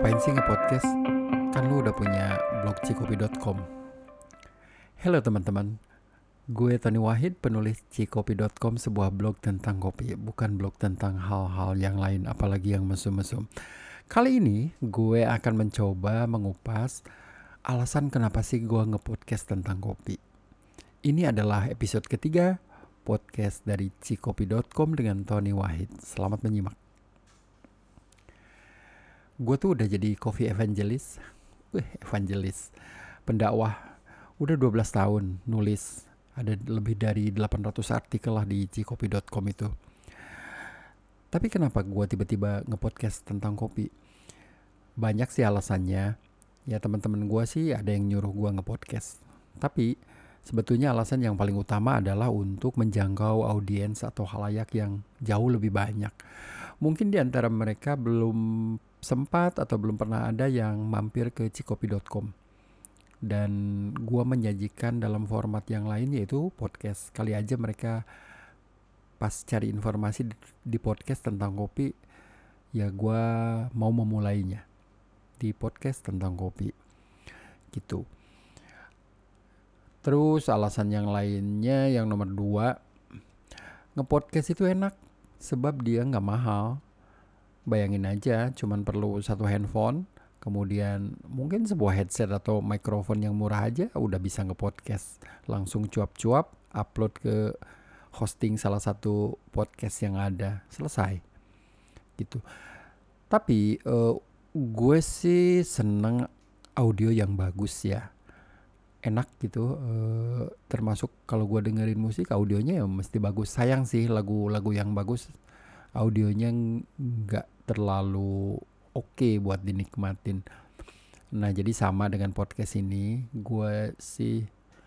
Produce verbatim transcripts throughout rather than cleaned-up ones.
Ngapain sih nge-podcast? Kan lu udah punya blog cikopi dot com. Halo teman-teman, gue Tony Wahid, penulis cikopi dot com, sebuah blog tentang kopi, bukan blog tentang hal-hal yang lain, apalagi yang mesum-mesum. Kali ini gue akan mencoba mengupas alasan kenapa sih gue nge-podcast tentang kopi. Ini adalah episode ketiga podcast dari cikopi dot com dengan Tony Wahid. Selamat menyimak. Gue tuh udah jadi coffee evangelist, Wih, evangelist, pendakwah, udah dua belas tahun nulis, ada lebih dari delapan ratus artikel lah di cikopi dot com itu. Tapi kenapa gue tiba-tiba nge-podcast tentang kopi? Banyak sih alasannya, ya teman-teman gue sih ada yang nyuruh gue nge-podcast. Tapi sebetulnya alasan yang paling utama adalah untuk menjangkau audiens atau khalayak yang jauh lebih banyak. Mungkin di antara mereka belum sempat atau belum pernah ada yang mampir ke cikopi dot com. Dan gua menyajikan dalam format yang lain, yaitu podcast. Kali aja mereka pas cari informasi di podcast tentang kopi, ya gua mau memulainya di podcast tentang kopi gitu. Terus alasan yang lainnya, yang nomor dua, nge-podcast itu enak sebab dia gak mahal. Bayangin aja, cuman perlu satu handphone, kemudian mungkin sebuah headset atau mikrofon yang murah aja udah bisa nge-podcast. Langsung cuap-cuap, upload ke hosting salah satu podcast yang ada, selesai gitu. Tapi uh, gue sih seneng audio yang bagus ya, enak gitu. Uh, termasuk kalau gue dengerin musik, audionya ya mesti bagus. Sayang sih lagu-lagu yang bagus audionya nggak terlalu oke okay buat dinikmatin. Nah jadi sama dengan podcast ini, gue sih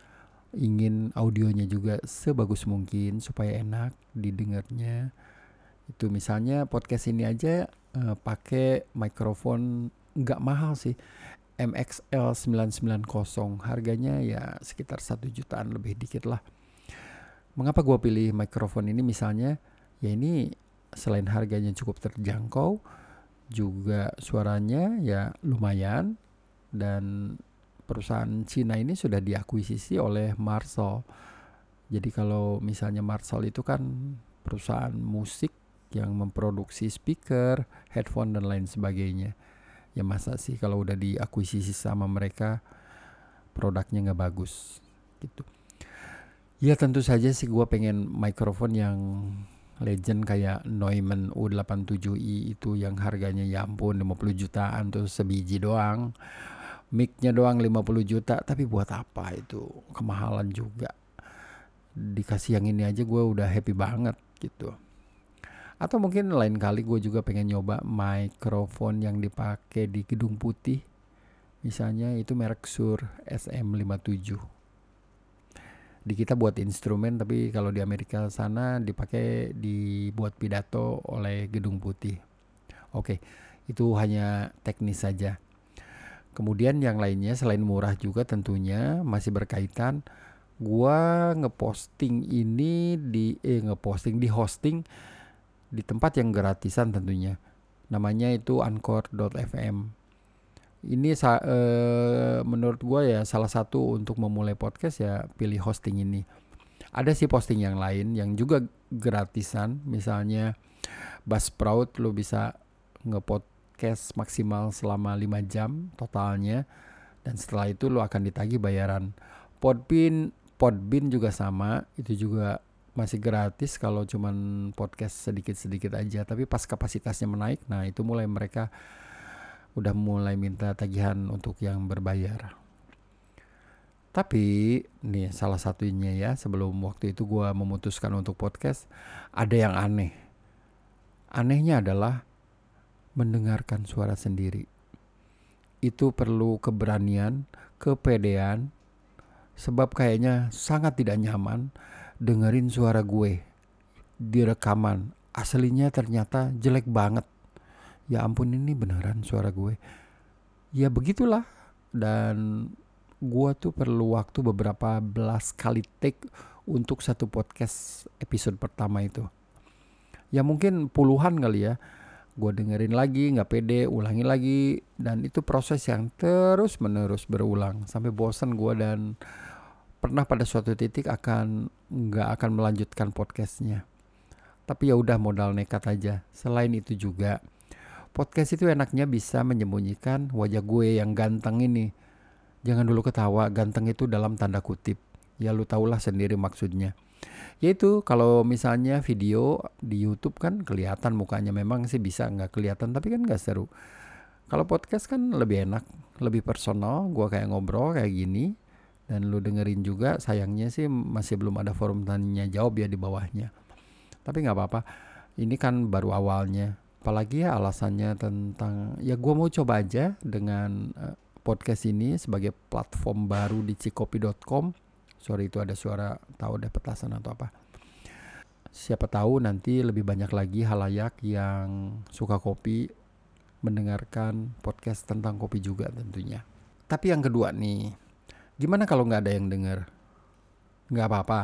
ingin audionya juga sebagus mungkin supaya enak didengarnya. Itu misalnya podcast ini aja uh, pakai mikrofon nggak mahal sih, M X L sembilan sembilan nol, harganya ya sekitar satu jutaan lebih dikit lah. Mengapa gue pilih mikrofon ini misalnya? Ya ini selain harganya cukup terjangkau, juga suaranya ya lumayan, dan perusahaan Cina ini sudah diakuisisi oleh Marshall. Jadi kalau misalnya Marshall itu kan perusahaan musik yang memproduksi speaker, headphone dan lain sebagainya. Ya masa sih kalau udah diakuisisi sama mereka produknya gak bagus gitu. Ya tentu saja sih gue pengen mikrofon yang legend kayak Neumann U delapan puluh tujuh i itu yang harganya ya ampun lima puluh jutaan tuh sebiji doang. Mic-nya doang lima puluh juta, tapi buat apa itu? Kemahalan juga. Dikasih yang ini aja gue udah happy banget gitu. Atau mungkin lain kali gue juga pengen nyoba mikrofon yang dipakai di Gedung Putih. Misalnya itu merek Shure S M lima puluh tujuh. Di kita buat instrumen, tapi kalau di Amerika sana dipakai dibuat pidato oleh Gedung Putih. Oke, itu hanya teknis saja. Kemudian yang lainnya selain murah juga tentunya masih berkaitan. Gua ngeposting ini di eh ngeposting di hosting di tempat yang gratisan tentunya. Namanya itu anchor dot f m. Ini sa- e, menurut gue ya salah satu untuk memulai podcast ya pilih hosting ini. Ada sih posting yang lain yang juga gratisan, misalnya Buzzsprout, lo bisa nge-podcast maksimal selama lima jam totalnya, dan setelah itu lo akan ditagih bayaran. Podbean, Podbean juga sama, itu juga masih gratis kalau cuman podcast sedikit-sedikit aja, tapi pas kapasitasnya menaik, nah itu mulai mereka udah mulai minta tagihan untuk yang berbayar. Tapi nih salah satunya ya, sebelum waktu itu gue memutuskan untuk podcast, ada yang aneh. Anehnya adalah mendengarkan suara sendiri. Itu perlu keberanian, kepedean, sebab kayaknya sangat tidak nyaman dengerin suara gue di rekaman. Aslinya ternyata jelek banget. Ya ampun, ini beneran suara gue. Ya begitulah. Dan gue tuh perlu waktu beberapa belas kali take untuk satu podcast episode pertama itu. Ya mungkin puluhan kali ya. gue dengerin lagi, nggak pede, ulangi lagi, dan itu proses yang terus menerus berulang sampai bosan gue dan pernah pada suatu titik akan nggak akan melanjutkan podcastnya. Tapi ya udah, modal nekat aja. Selain itu juga, podcast itu enaknya bisa menyembunyikan wajah gue yang ganteng ini. Jangan dulu ketawa, ganteng itu dalam tanda kutip. Ya lu tahulah sendiri maksudnya. Yaitu kalau misalnya video di YouTube kan kelihatan mukanya, memang sih bisa nggak kelihatan, tapi kan nggak seru. Kalau podcast kan lebih enak, lebih personal, gua kayak ngobrol kayak gini, dan lu dengerin juga. Sayangnya sih masih belum ada forum tanya jawab ya di bawahnya. Tapi nggak apa-apa, ini kan baru awalnya. Apalagi ya alasannya tentang, ya gua mau coba aja dengan uh, podcast ini sebagai platform baru di cikopi dot com. Sorry itu ada suara tahu deh petasan atau apa. Siapa tahu nanti lebih banyak lagi halayak yang suka kopi mendengarkan podcast tentang kopi juga tentunya. Tapi yang kedua nih, gimana kalau nggak ada yang denger? Nggak apa-apa.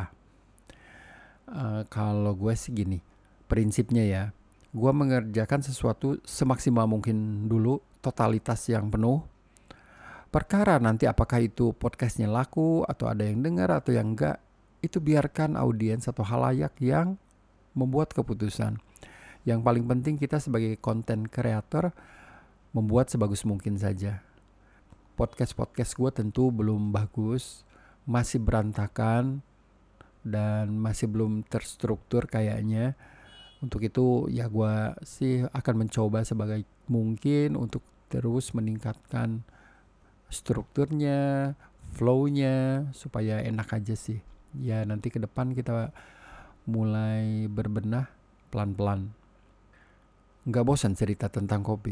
Uh, kalau gue sih gini, prinsipnya ya, gue mengerjakan sesuatu semaksimal mungkin dulu, totalitas yang penuh. Perkara nanti apakah itu podcastnya laku atau ada yang dengar atau yang enggak, itu biarkan audiens atau halayak yang membuat keputusan. Yang paling penting kita sebagai content creator membuat sebagus mungkin saja. Podcast-podcast gue tentu belum bagus, masih berantakan dan masih belum terstruktur kayaknya. Untuk itu ya gue sih akan mencoba sebagai mungkin untuk terus meningkatkan strukturnya, flow-nya supaya enak aja sih. Ya nanti ke depan kita mulai berbenah pelan-pelan. Nggak bosan cerita tentang kopi?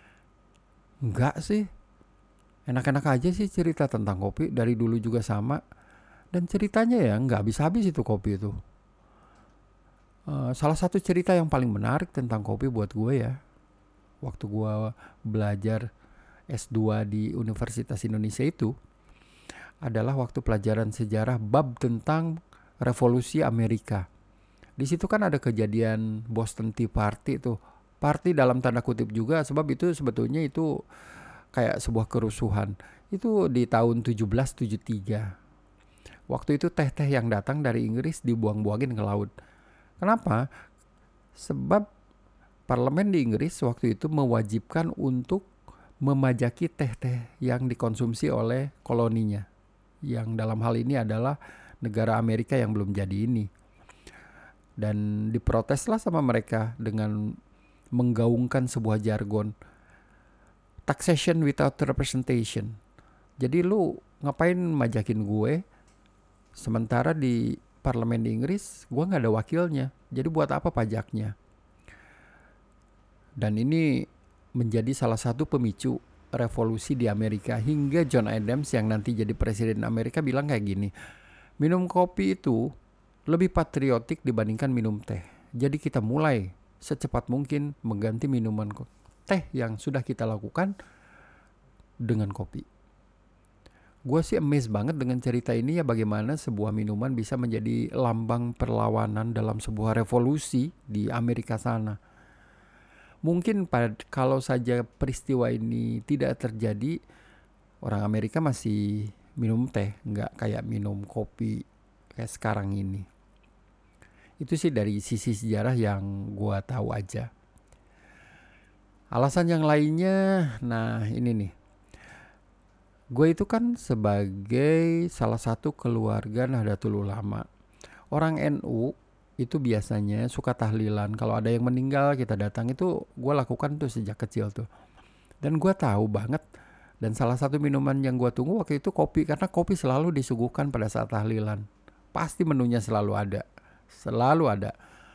Nggak sih. Enak-enak aja sih cerita tentang kopi, dari dulu juga sama. Dan ceritanya ya nggak habis-habis itu kopi itu. Uh, salah satu cerita yang paling menarik tentang kopi buat gue ya, waktu gue belajar S dua di Universitas Indonesia itu adalah waktu pelajaran sejarah bab tentang revolusi Amerika. Di situ kan ada kejadian Boston Tea Party tuh. Party dalam tanda kutip juga, sebab itu sebetulnya itu kayak sebuah kerusuhan. Itu di tahun tujuh belas tujuh puluh tiga. Waktu itu teh-teh yang datang dari Inggris dibuang-buangin ke laut. Kenapa? Sebab parlemen di Inggris waktu itu mewajibkan untuk memajaki teh-teh yang dikonsumsi oleh koloninya, yang dalam hal ini adalah negara Amerika yang belum jadi ini. Dan diproteslah sama mereka dengan menggaungkan sebuah jargon, taxation without representation. Jadi lu ngapain majakin gue, sementara di parlemen di Inggris gue gak ada wakilnya, jadi buat apa pajaknya? Dan ini menjadi salah satu pemicu revolusi di Amerika, hingga John Adams yang nanti jadi presiden Amerika bilang kayak gini, minum kopi itu lebih patriotik dibandingkan minum teh. Jadi kita mulai secepat mungkin mengganti minuman teh yang sudah kita lakukan dengan kopi. Gue sih amazed banget dengan cerita ini ya, bagaimana sebuah minuman bisa menjadi lambang perlawanan dalam sebuah revolusi di Amerika sana. Mungkin pad, kalau saja peristiwa ini tidak terjadi, orang Amerika masih minum teh, nggak kayak minum kopi kayak sekarang ini. Itu sih dari sisi sejarah yang gue tahu aja. Alasan yang lainnya, nah ini nih. Gue itu kan sebagai salah satu keluarga Nahdlatul Ulama. Orang N U itu biasanya suka tahlilan. Kalau ada yang meninggal kita datang, itu gue lakukan tuh sejak kecil tuh. Dan gue tahu banget, dan salah satu minuman yang gue tunggu waktu itu kopi, karena kopi selalu disuguhkan pada saat tahlilan. Pasti menunya selalu ada, selalu ada.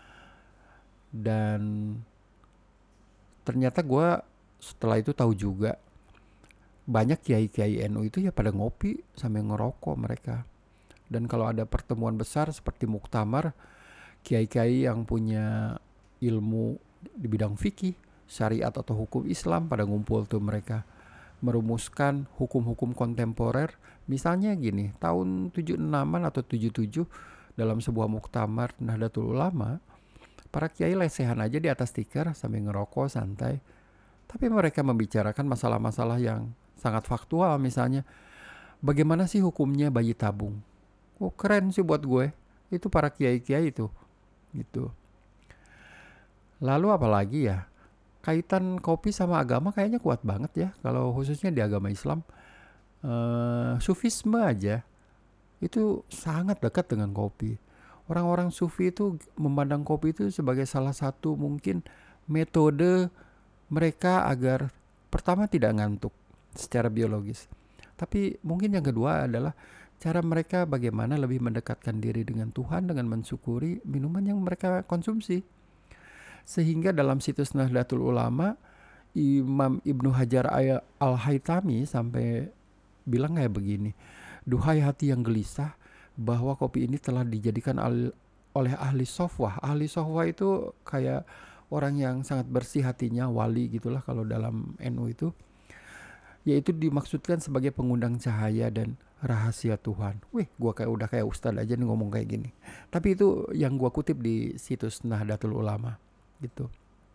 Dan ternyata gue setelah itu tahu juga, banyak kiai-kiai N U itu ya pada ngopi sambil ngerokok mereka. Dan kalau ada pertemuan besar seperti muktamar, kiai-kiai yang punya ilmu di bidang fikih, syariat atau hukum Islam pada ngumpul tuh mereka merumuskan hukum-hukum kontemporer. Misalnya gini, tahun tujuh puluh enaman atau tujuh puluh tujuh dalam sebuah muktamar Nahdlatul Ulama, Para kiai lesehan aja di atas tikar sambil ngerokok santai. Tapi mereka membicarakan masalah-masalah yang sangat faktual, misalnya bagaimana sih hukumnya bayi tabung. Oh keren sih buat gue. Itu para kiai-kiai itu. Gitu. Lalu apalagi ya? Kaitan kopi sama agama kayaknya kuat banget ya. Kalau khususnya di agama Islam. Uh, sufisme aja. Itu sangat dekat dengan kopi. Orang-orang sufi itu memandang kopi itu sebagai salah satu mungkin metode mereka agar pertama tidak ngantuk secara biologis. Tapi mungkin yang kedua adalah cara mereka bagaimana lebih mendekatkan diri dengan Tuhan dengan mensyukuri minuman yang mereka konsumsi. Sehingga dalam situs Nahdlatul Ulama, Imam Ibnu Hajar Al-Haytami sampai bilang kayak begini, duhai hati yang gelisah bahwa kopi ini telah dijadikan al- oleh ahli sofwah. Ahli sofwah itu kayak orang yang sangat bersih hatinya, wali gitulah kalau dalam N U itu. Yaitu dimaksudkan sebagai pengundang cahaya dan rahasia Tuhan. Wih, gua kayak udah kayak ustadz aja nih ngomong kayak gini. Tapi itu yang gua kutip di situs Nahdlatul Ulama gitu.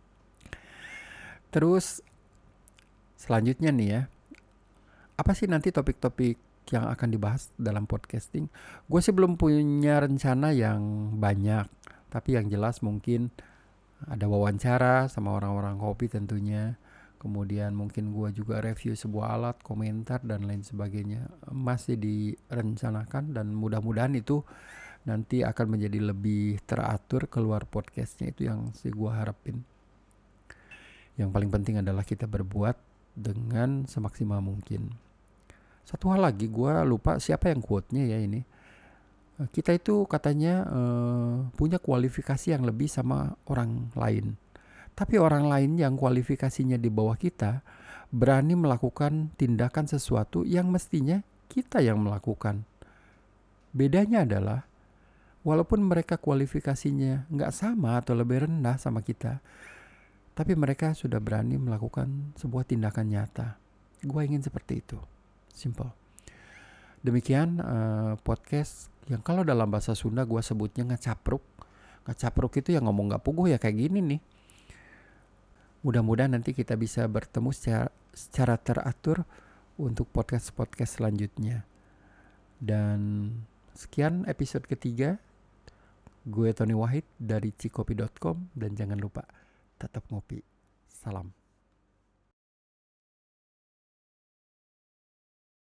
Terus selanjutnya nih ya, apa sih nanti topik-topik yang akan dibahas dalam podcasting? Gue sih belum punya rencana yang banyak, tapi yang jelas mungkin ada wawancara sama orang-orang kopi tentunya. Kemudian mungkin gue juga review sebuah alat, komentar dan lain sebagainya. Masih direncanakan dan mudah-mudahan itu nanti akan menjadi lebih teratur keluar podcastnya, itu yang sih gue harapin. Yang paling penting adalah kita berbuat dengan semaksimal mungkin. Satu hal lagi, gue lupa siapa yang quote-nya ya ini. Kita itu katanya uh, punya kualifikasi yang lebih sama orang lain. Tapi orang lain yang kualifikasinya di bawah kita berani melakukan tindakan sesuatu yang mestinya kita yang melakukan. Bedanya adalah walaupun mereka kualifikasinya nggak sama atau lebih rendah sama kita, tapi mereka sudah berani melakukan sebuah tindakan nyata. Gue ingin seperti itu. Simple. Demikian uh, podcast yang kalau dalam bahasa Sunda gue sebutnya ngecapruk. Ngecapruk itu yang ngomong gak puguh ya kayak gini nih. Mudah-mudahan nanti kita bisa bertemu secara, secara teratur untuk podcast-podcast selanjutnya. Dan sekian episode ketiga. Gue Tony Wahid dari cikopi dot com dan jangan lupa tetap ngopi. Salam.